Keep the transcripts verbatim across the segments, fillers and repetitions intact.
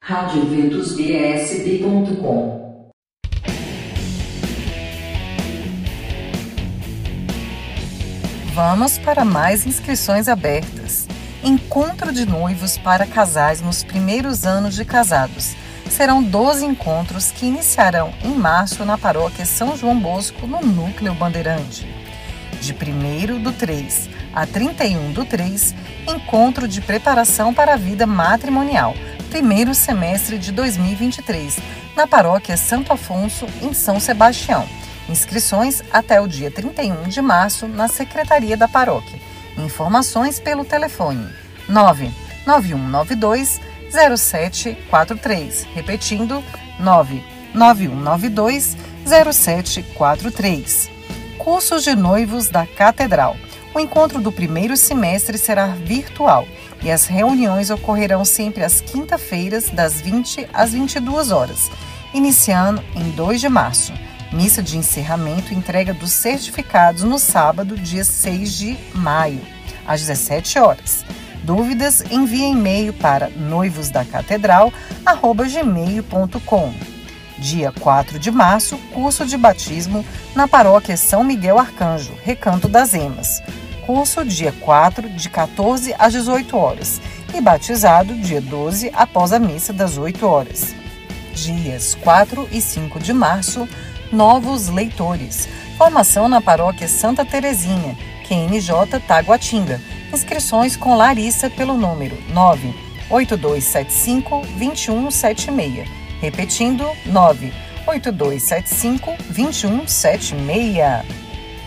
rádio ventos b s b ponto com. Vamos para mais inscrições abertas. Encontro de noivos para casais nos primeiros anos de casados. Serão doze encontros que iniciarão em março na paróquia São João Bosco, no Núcleo Bandeirante. De primeiro do três a trinta e um do três, encontro de preparação para a vida matrimonial, primeiro semestre de dois mil e vinte e três, na paróquia Santo Afonso, em São Sebastião. Inscrições até o dia trinta e um de março na secretaria da paróquia. Informações pelo telefone nove nove um nove dois zero sete quatro três, repetindo nove nove um nove dois zero sete quatro três. Cursos de noivos da Catedral. O encontro do primeiro semestre será virtual e as reuniões ocorrerão sempre às quinta-feiras, das vinte às vinte e duas horas, iniciando em dois de março. Missa de encerramento e entrega dos certificados no sábado, dia seis de maio, às dezessete horas. Dúvidas? Envie e-mail para noivosdacatedral arroba gmail ponto com. Dia quatro de março, curso de batismo na paróquia São Miguel Arcanjo, Recanto das Emas. Curso dia quatro, de quatorze às dezoito horas. E batizado dia doze, após a missa das oito horas. Dias quatro e cinco de março, novos leitores. Formação na paróquia Santa Terezinha, Q N J Taguatinga. Inscrições com Larissa pelo número nove oito dois sete cinco dois um sete seis. Repetindo, nove oito dois sete cinco dois um sete seis.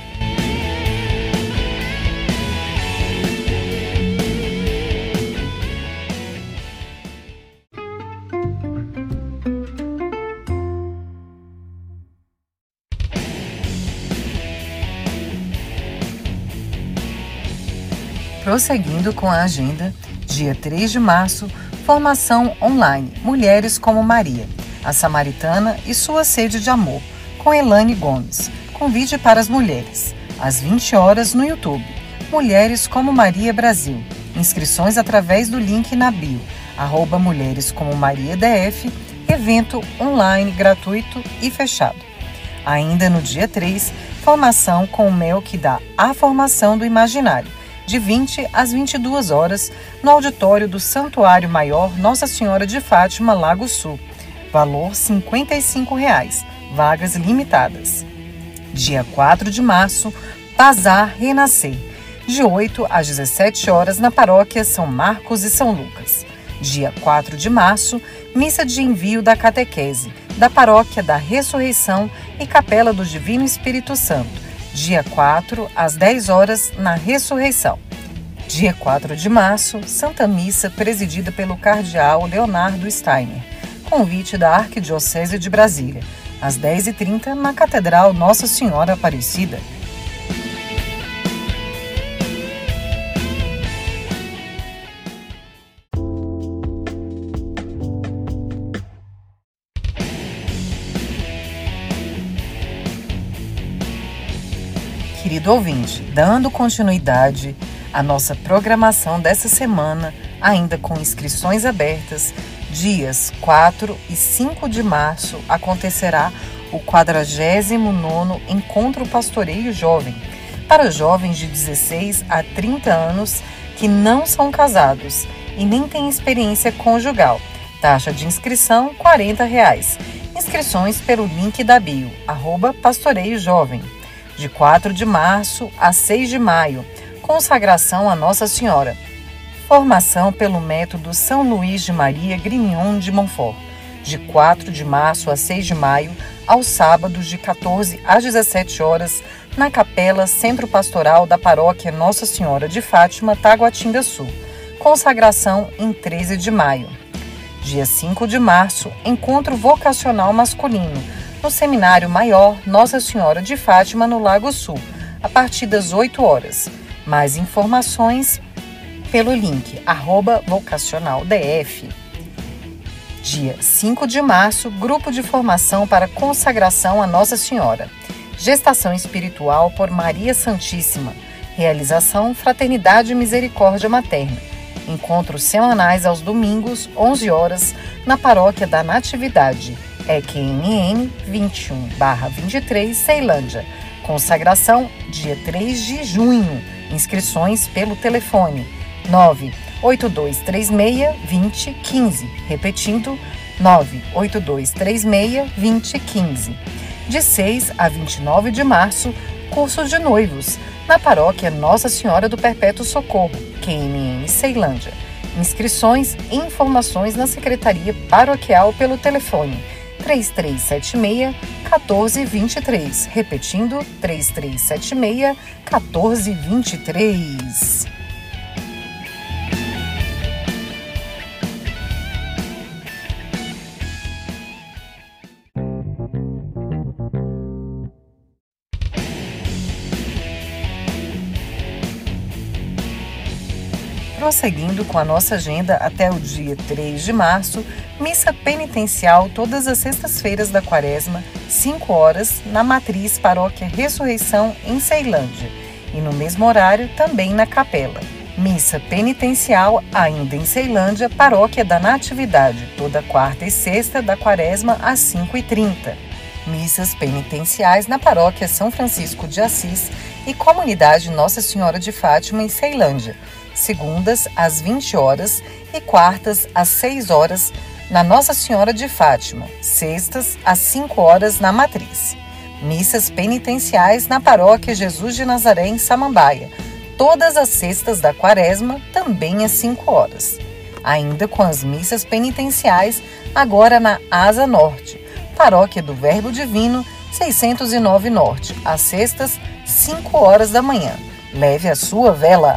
Prosseguindo com a agenda, dia três de março, formação online Mulheres como Maria, a Samaritana e sua sede de amor, com Elaine Gomes. Convite para as mulheres, às vinte horas no YouTube, Mulheres como Maria Brasil. Inscrições através do link na bio, arroba Mulheres como Maria D F, evento online gratuito e fechado. Ainda no dia três, formação com o Mel que dá a formação do imaginário, de vinte às vinte e duas horas, no auditório do Santuário Maior Nossa Senhora de Fátima, Lago Sul. Valor cinquenta e cinco reais, vagas limitadas. Dia quatro de março, Bazar Renascer, de oito às dezessete horas, na paróquia São Marcos e São Lucas. Dia quatro de março, missa de envio da catequese, da paróquia da Ressurreição e Capela do Divino Espírito Santo. Dia quatro, às dez horas, na Ressurreição. Dia quatro de março, Santa Missa, presidida pelo cardeal Leonardo Steiner. Convite da Arquidiocese de Brasília, às dez e trinta, na Catedral Nossa Senhora Aparecida. Querido ouvinte, dando continuidade à nossa programação dessa semana, ainda com inscrições abertas, dias quatro e cinco de março acontecerá o quadragésimo nono Encontro Pastoreio Jovem, para jovens de dezesseis a trinta anos que não são casados e nem têm experiência conjugal. Taxa de inscrição quarenta reais. Inscrições pelo link da bio, arroba Pastoreio Jovem. De quatro de março a seis de maio, consagração a Nossa Senhora. Formação pelo método São Luís de Maria Grignon de Montfort. De quatro de março a seis de maio, aos sábados de quatorze às dezessete horas, na Capela Centro Pastoral da Paróquia Nossa Senhora de Fátima, Taguatinga Sul. Consagração em treze de maio. Dia cinco de março, encontro vocacional masculino, no Seminário Maior Nossa Senhora de Fátima, no Lago Sul, a partir das oito horas. Mais informações pelo link, arroba vocacionaldf. Dia cinco de março, grupo de formação para consagração a Nossa Senhora. Gestação espiritual por Maria Santíssima. Realização Fraternidade e Misericórdia Materna. Encontros semanais aos domingos, onze horas, na Paróquia da Natividade, E Q N N vinte e um barra vinte e três, Ceilândia. Consagração, dia três de junho. Inscrições pelo telefone nove oito dois três seis, dois zero um cinco. Repetindo, nove oito dois três seis, dois zero um cinco. De seis a vinte e nove de março, curso de noivos, na Paróquia Nossa Senhora do Perpétuo Socorro, Q N N Ceilândia. Inscrições e informações na Secretaria Paroquial pelo telefone três três sete seis, um quatro dois três. Repetindo, três três sete seis, um quatro dois três. Prosseguindo com a nossa agenda até o dia três de março, missa penitencial todas as sextas-feiras da quaresma, cinco horas, na Matriz Paróquia Ressurreição, em Ceilândia. E no mesmo horário, também na Capela. Missa penitencial, ainda em Ceilândia, Paróquia da Natividade, toda quarta e sexta da quaresma, às cinco e trinta. Missas penitenciais na Paróquia São Francisco de Assis e Comunidade Nossa Senhora de Fátima, em Ceilândia, segundas às vinte horas e quartas às seis horas na Nossa Senhora de Fátima, sextas às cinco horas na Matriz. Missas penitenciais na Paróquia Jesus de Nazaré, em Samambaia, todas as sextas da quaresma, também às cinco horas. Ainda com as missas penitenciais, agora na Asa Norte, Paróquia do Verbo Divino, seiscentos e nove Norte, às sextas, cinco horas da manhã. Leve a sua vela.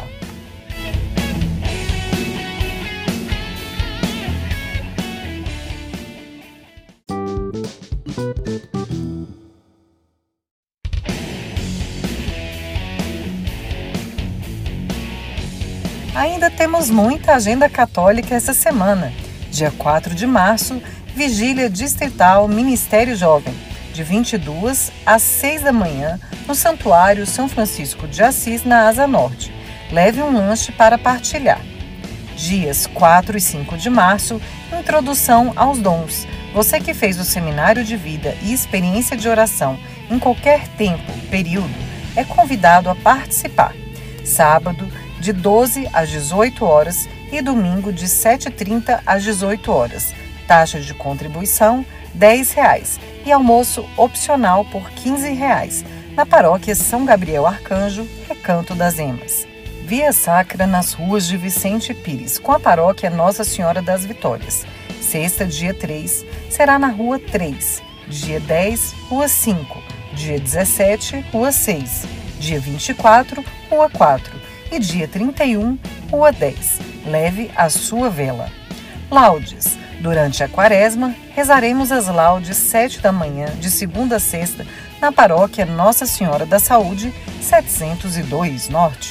Ainda temos muita agenda católica essa semana. Dia quatro de março, Vigília Distrital Ministério Jovem, de vinte e duas às seis da manhã, no Santuário São Francisco de Assis, na Asa Norte. Leve um lanche para partilhar. Dias quatro e cinco de março, Introdução aos Dons. Você que fez o Seminário de Vida e Experiência de Oração em qualquer tempo, período, é convidado a participar. Sábado, de doze às dezoito horas e domingo de sete e trinta às dezoito horas. Taxa de contribuição dez reais e almoço opcional por quinze reais na Paróquia São Gabriel Arcanjo, Recanto das Emas. Via Sacra nas ruas de Vicente Pires, com a Paróquia Nossa Senhora das Vitórias. Sexta, dia três, será na Rua três, dia dez, Rua cinco, dia dezessete, Rua seis, dia vinte e quatro, Rua quatro e dia trinta e um, Rua dez. Leve a sua vela. Laudes. Durante a quaresma, rezaremos as laudes sete da manhã, de segunda a sexta, na Paróquia Nossa Senhora da Saúde, setecentos e dois Norte.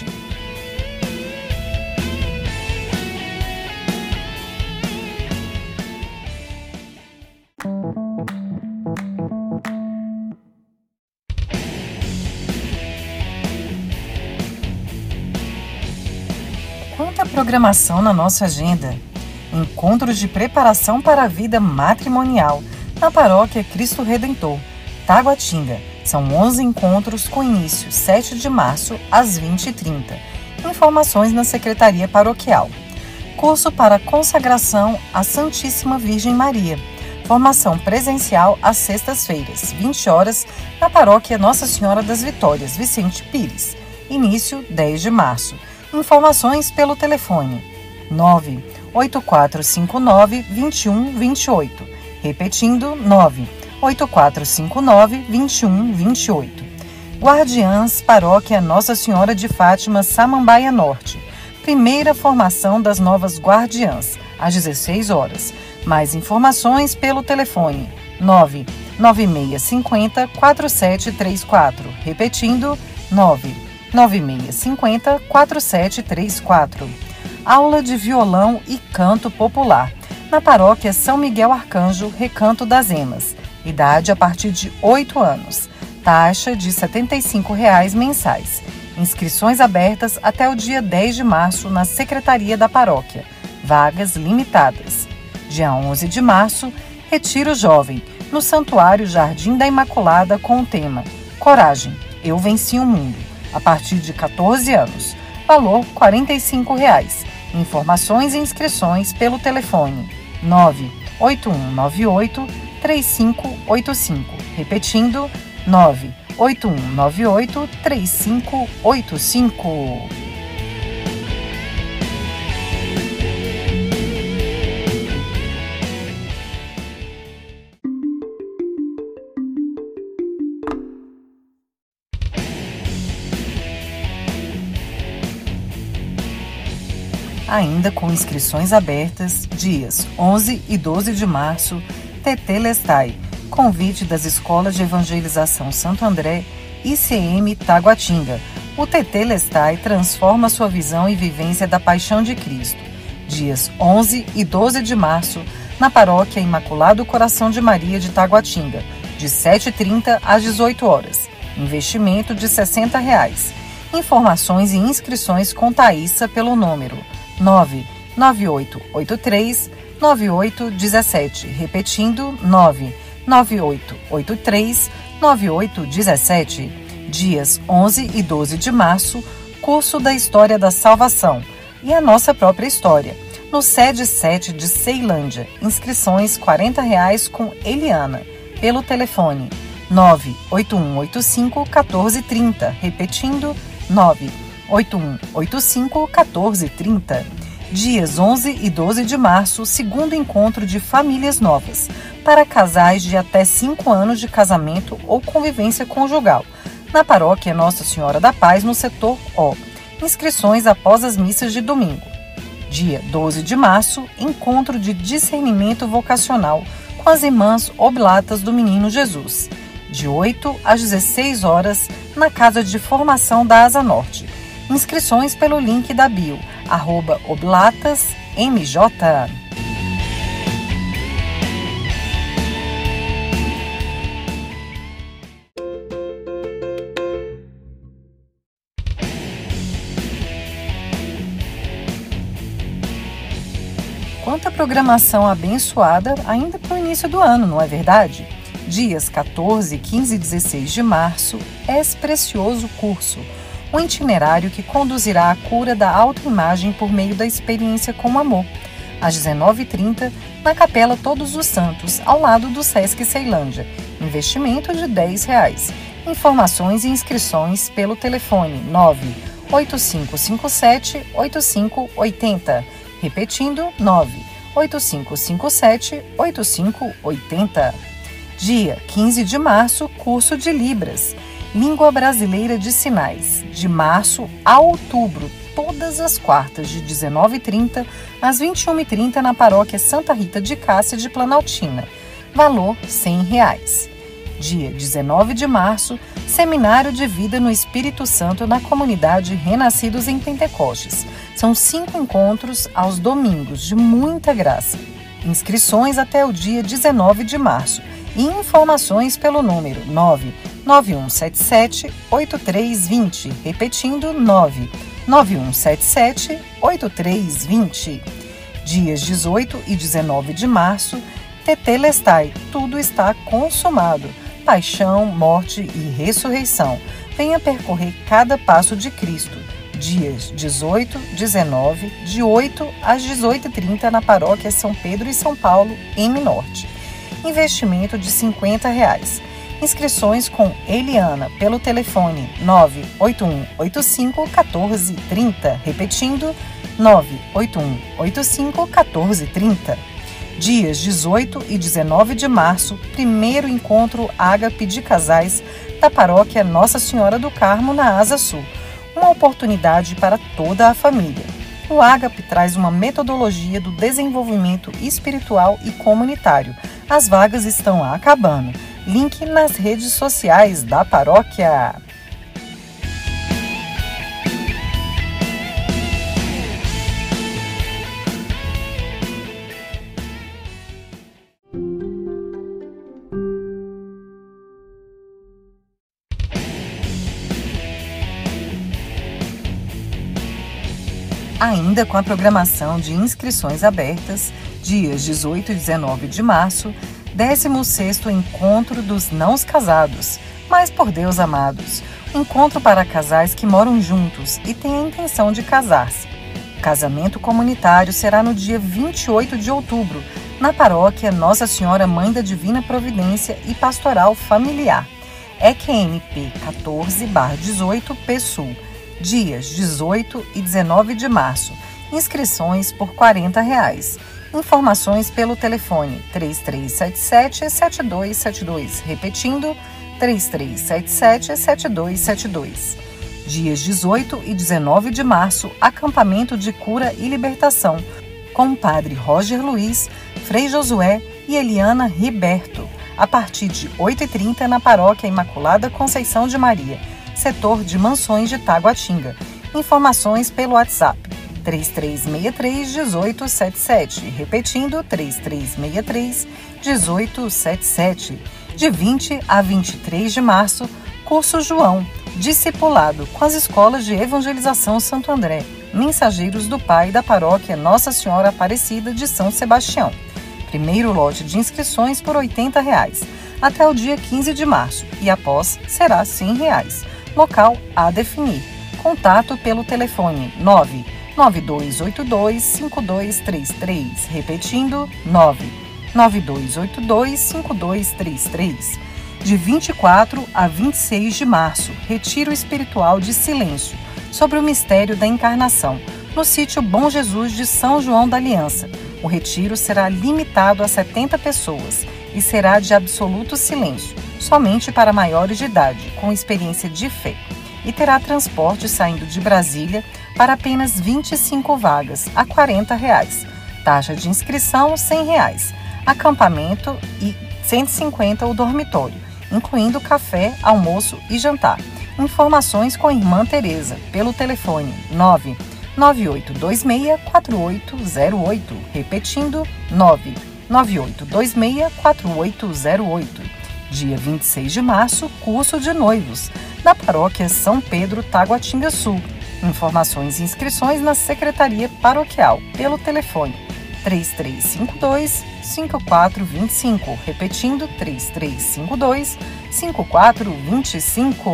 Quanta programação na nossa agenda! Encontros de preparação para a vida matrimonial na Paróquia Cristo Redentor, Taguatinga. São onze encontros com início sete de março às vinte e trinta. Informações na Secretaria Paroquial. Curso para consagração à Santíssima Virgem Maria. Formação presencial às sextas-feiras, vinte horas, na Paróquia Nossa Senhora das Vitórias, Vicente Pires. Início dez de março. Informações pelo telefone nove oito quatro cinco nove, dois um dois oito. Repetindo, nove oito quatro cinco nove, dois um dois oito. Guardiãs Paróquia Nossa Senhora de Fátima, Samambaia Norte. Primeira formação das novas guardiãs, às dezesseis horas. Mais informações pelo telefone nove nove seis cinco zero, quatro sete três quatro. Repetindo, nove nove seis cinco zero, quatro sete três quatro. Aula de violão e canto popular, na Paróquia São Miguel Arcanjo, Recanto das Emas. Idade a partir de oito anos. Taxa de setenta e cinco reais mensais. Inscrições abertas até o dia dez de março na Secretaria da Paróquia. Vagas limitadas. Dia onze de março, Retiro Jovem, no Santuário Jardim da Imaculada, com o tema Coragem, eu venci o mundo, a partir de catorze anos. Valor quarenta e cinco reais. Informações e inscrições pelo telefone nove oito um nove oito três cinco oito cinco. Repetindo, nove oito um nove oito três cinco oito cinco. Ainda com inscrições abertas, dias onze e doze de março, Tetelestai, convite das Escolas de Evangelização Santo André I C M Taguatinga. O Tetelestai transforma sua visão e vivência da Paixão de Cristo. Dias onze e doze de março, na Paróquia Imaculado Coração de Maria de Taguatinga, de sete e trinta às dezoito horas. Investimento de sessenta reais. Informações e inscrições com Thaísa pelo número nove nove oito oito três nove oito um sete, repetindo nove nove oito oito três nove oito um sete. Dias onze e doze de março, curso da História da Salvação e a nossa própria história, no SED sete de Ceilândia. Inscrições quarenta reais com Eliana, pelo telefone nove oito um oito cinco um quatro três zero, repetindo nove oito um oito cinco um quatro três zero. Dias onze e doze de março, segundo encontro de famílias novas, para casais de até cinco anos de casamento ou convivência conjugal, na Paróquia Nossa Senhora da Paz, no setor O. Inscrições após as missas de domingo. Dia doze de março, encontro de discernimento vocacional com as irmãs Oblatas do Menino Jesus, de oito às dezesseis horas, na Casa de Formação da Asa Norte. Inscrições pelo link da bio, arroba oblatasmj. Quanta programação abençoada ainda para o início do ano, não é verdade? Dias quatorze, quinze e dezesseis de março, És Precioso Curso, um itinerário que conduzirá à cura da autoimagem por meio da experiência com o amor. Às dezenove e trinta, na Capela Todos os Santos, ao lado do Sesc Ceilândia. Investimento de dez reais. Informações e inscrições pelo telefone nove oito cinco cinco sete oito cinco oito zero. Repetindo, nove oito cinco cinco sete oito cinco oito zero. Dia quinze de março, curso de Libras. Língua Brasileira de Sinais, de março a outubro, todas as quartas, de dezenove e trinta às vinte e uma e trinta, na Paróquia Santa Rita de Cássia de Planaltina. Valor cem reais. Dia dezenove de março, Seminário de Vida no Espírito Santo na comunidade Renascidos em Pentecostes. São cinco encontros aos domingos, de muita graça. Inscrições até o dia dezenove de março. E informações pelo número nove nove um sete sete oito três dois zero, repetindo nove nove um sete sete oito três dois zero. Dias dezoito e dezenove de março, Tetelestai, tudo está consumado. Paixão, morte e ressurreição. Venha percorrer cada passo de Cristo. Dias dezoito, dezenove, de oito às dezoito e trinta, na Paróquia São Pedro e São Paulo, M Norte. Investimento de cinquenta reais. Inscrições com Eliana pelo telefone nove oito um oito cinco um quatro três zero, repetindo nove oito um oito cinco um quatro três zero. Dias dezoito e dezenove de março, primeiro encontro Ágape de Casais da Paróquia Nossa Senhora do Carmo, na Asa Sul. Uma oportunidade para toda a família. O Ágape traz uma metodologia do desenvolvimento espiritual e comunitário. As vagas estão acabando. Link nas redes sociais da paróquia. Ainda com a programação de inscrições abertas, dias dezoito e dezenove de março, décimo sexto Encontro dos Não Casados, mas por Deus amados, um encontro para casais que moram juntos e têm a intenção de casar-se. O casamento comunitário será no dia vinte e oito de outubro, na paróquia Nossa Senhora Mãe da Divina Providência e Pastoral Familiar, E Q M P quatorze barra dezoito P Sul, dias dezoito e dezenove de março. Inscrições por quarenta reais. Informações pelo telefone três três sete sete, sete dois sete dois, repetindo três três sete sete, sete dois sete dois. Dias dezoito e dezenove de março, acampamento de cura e libertação, com o padre Roger Luiz, Frei Josué e Eliana Riberto, a partir de oito e trinta na Paróquia Imaculada Conceição de Maria, setor de Mansões de Taguatinga. Informações pelo WhatsApp três três seis três, um oito sete sete, repetindo três três seis três, um oito sete sete. De vinte a vinte e três de março, curso João, discipulado com as escolas de evangelização Santo André, mensageiros do Pai da paróquia Nossa Senhora Aparecida de São Sebastião. Primeiro lote de inscrições por oitenta reais, até o dia quinze de março, e após será cem reais. Local a definir. Contato pelo telefone nove nove dois oito dois, cinco dois três três, repetindo nove nove dois oito dois, cinco dois três três. De vinte e quatro a vinte e seis de março, retiro espiritual de silêncio sobre o mistério da encarnação, no sítio Bom Jesus de São João da Aliança. O retiro será limitado a setenta pessoas e será de absoluto silêncio, somente para maiores de idade, com experiência de fé, e terá transporte saindo de Brasília para apenas vinte e cinco vagas, a quarenta reais. Taxa de inscrição, cem reais. Acampamento e cento e cinquenta o dormitório, incluindo café, almoço e jantar. Informações com a irmã Tereza, pelo telefone nove nove oito dois seis, quatro oito zero oito, repetindo nove nove oito dois seis, quatro oito zero oito. Dia vinte e seis de março, curso de noivos, na paróquia São Pedro, Taguatinga Sul. Informações e inscrições na Secretaria Paroquial, pelo telefone três três cinco dois, cinco quatro dois cinco, repetindo três três cinco dois, cinco quatro dois cinco.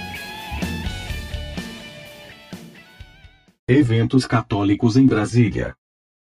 Eventos católicos em Brasília.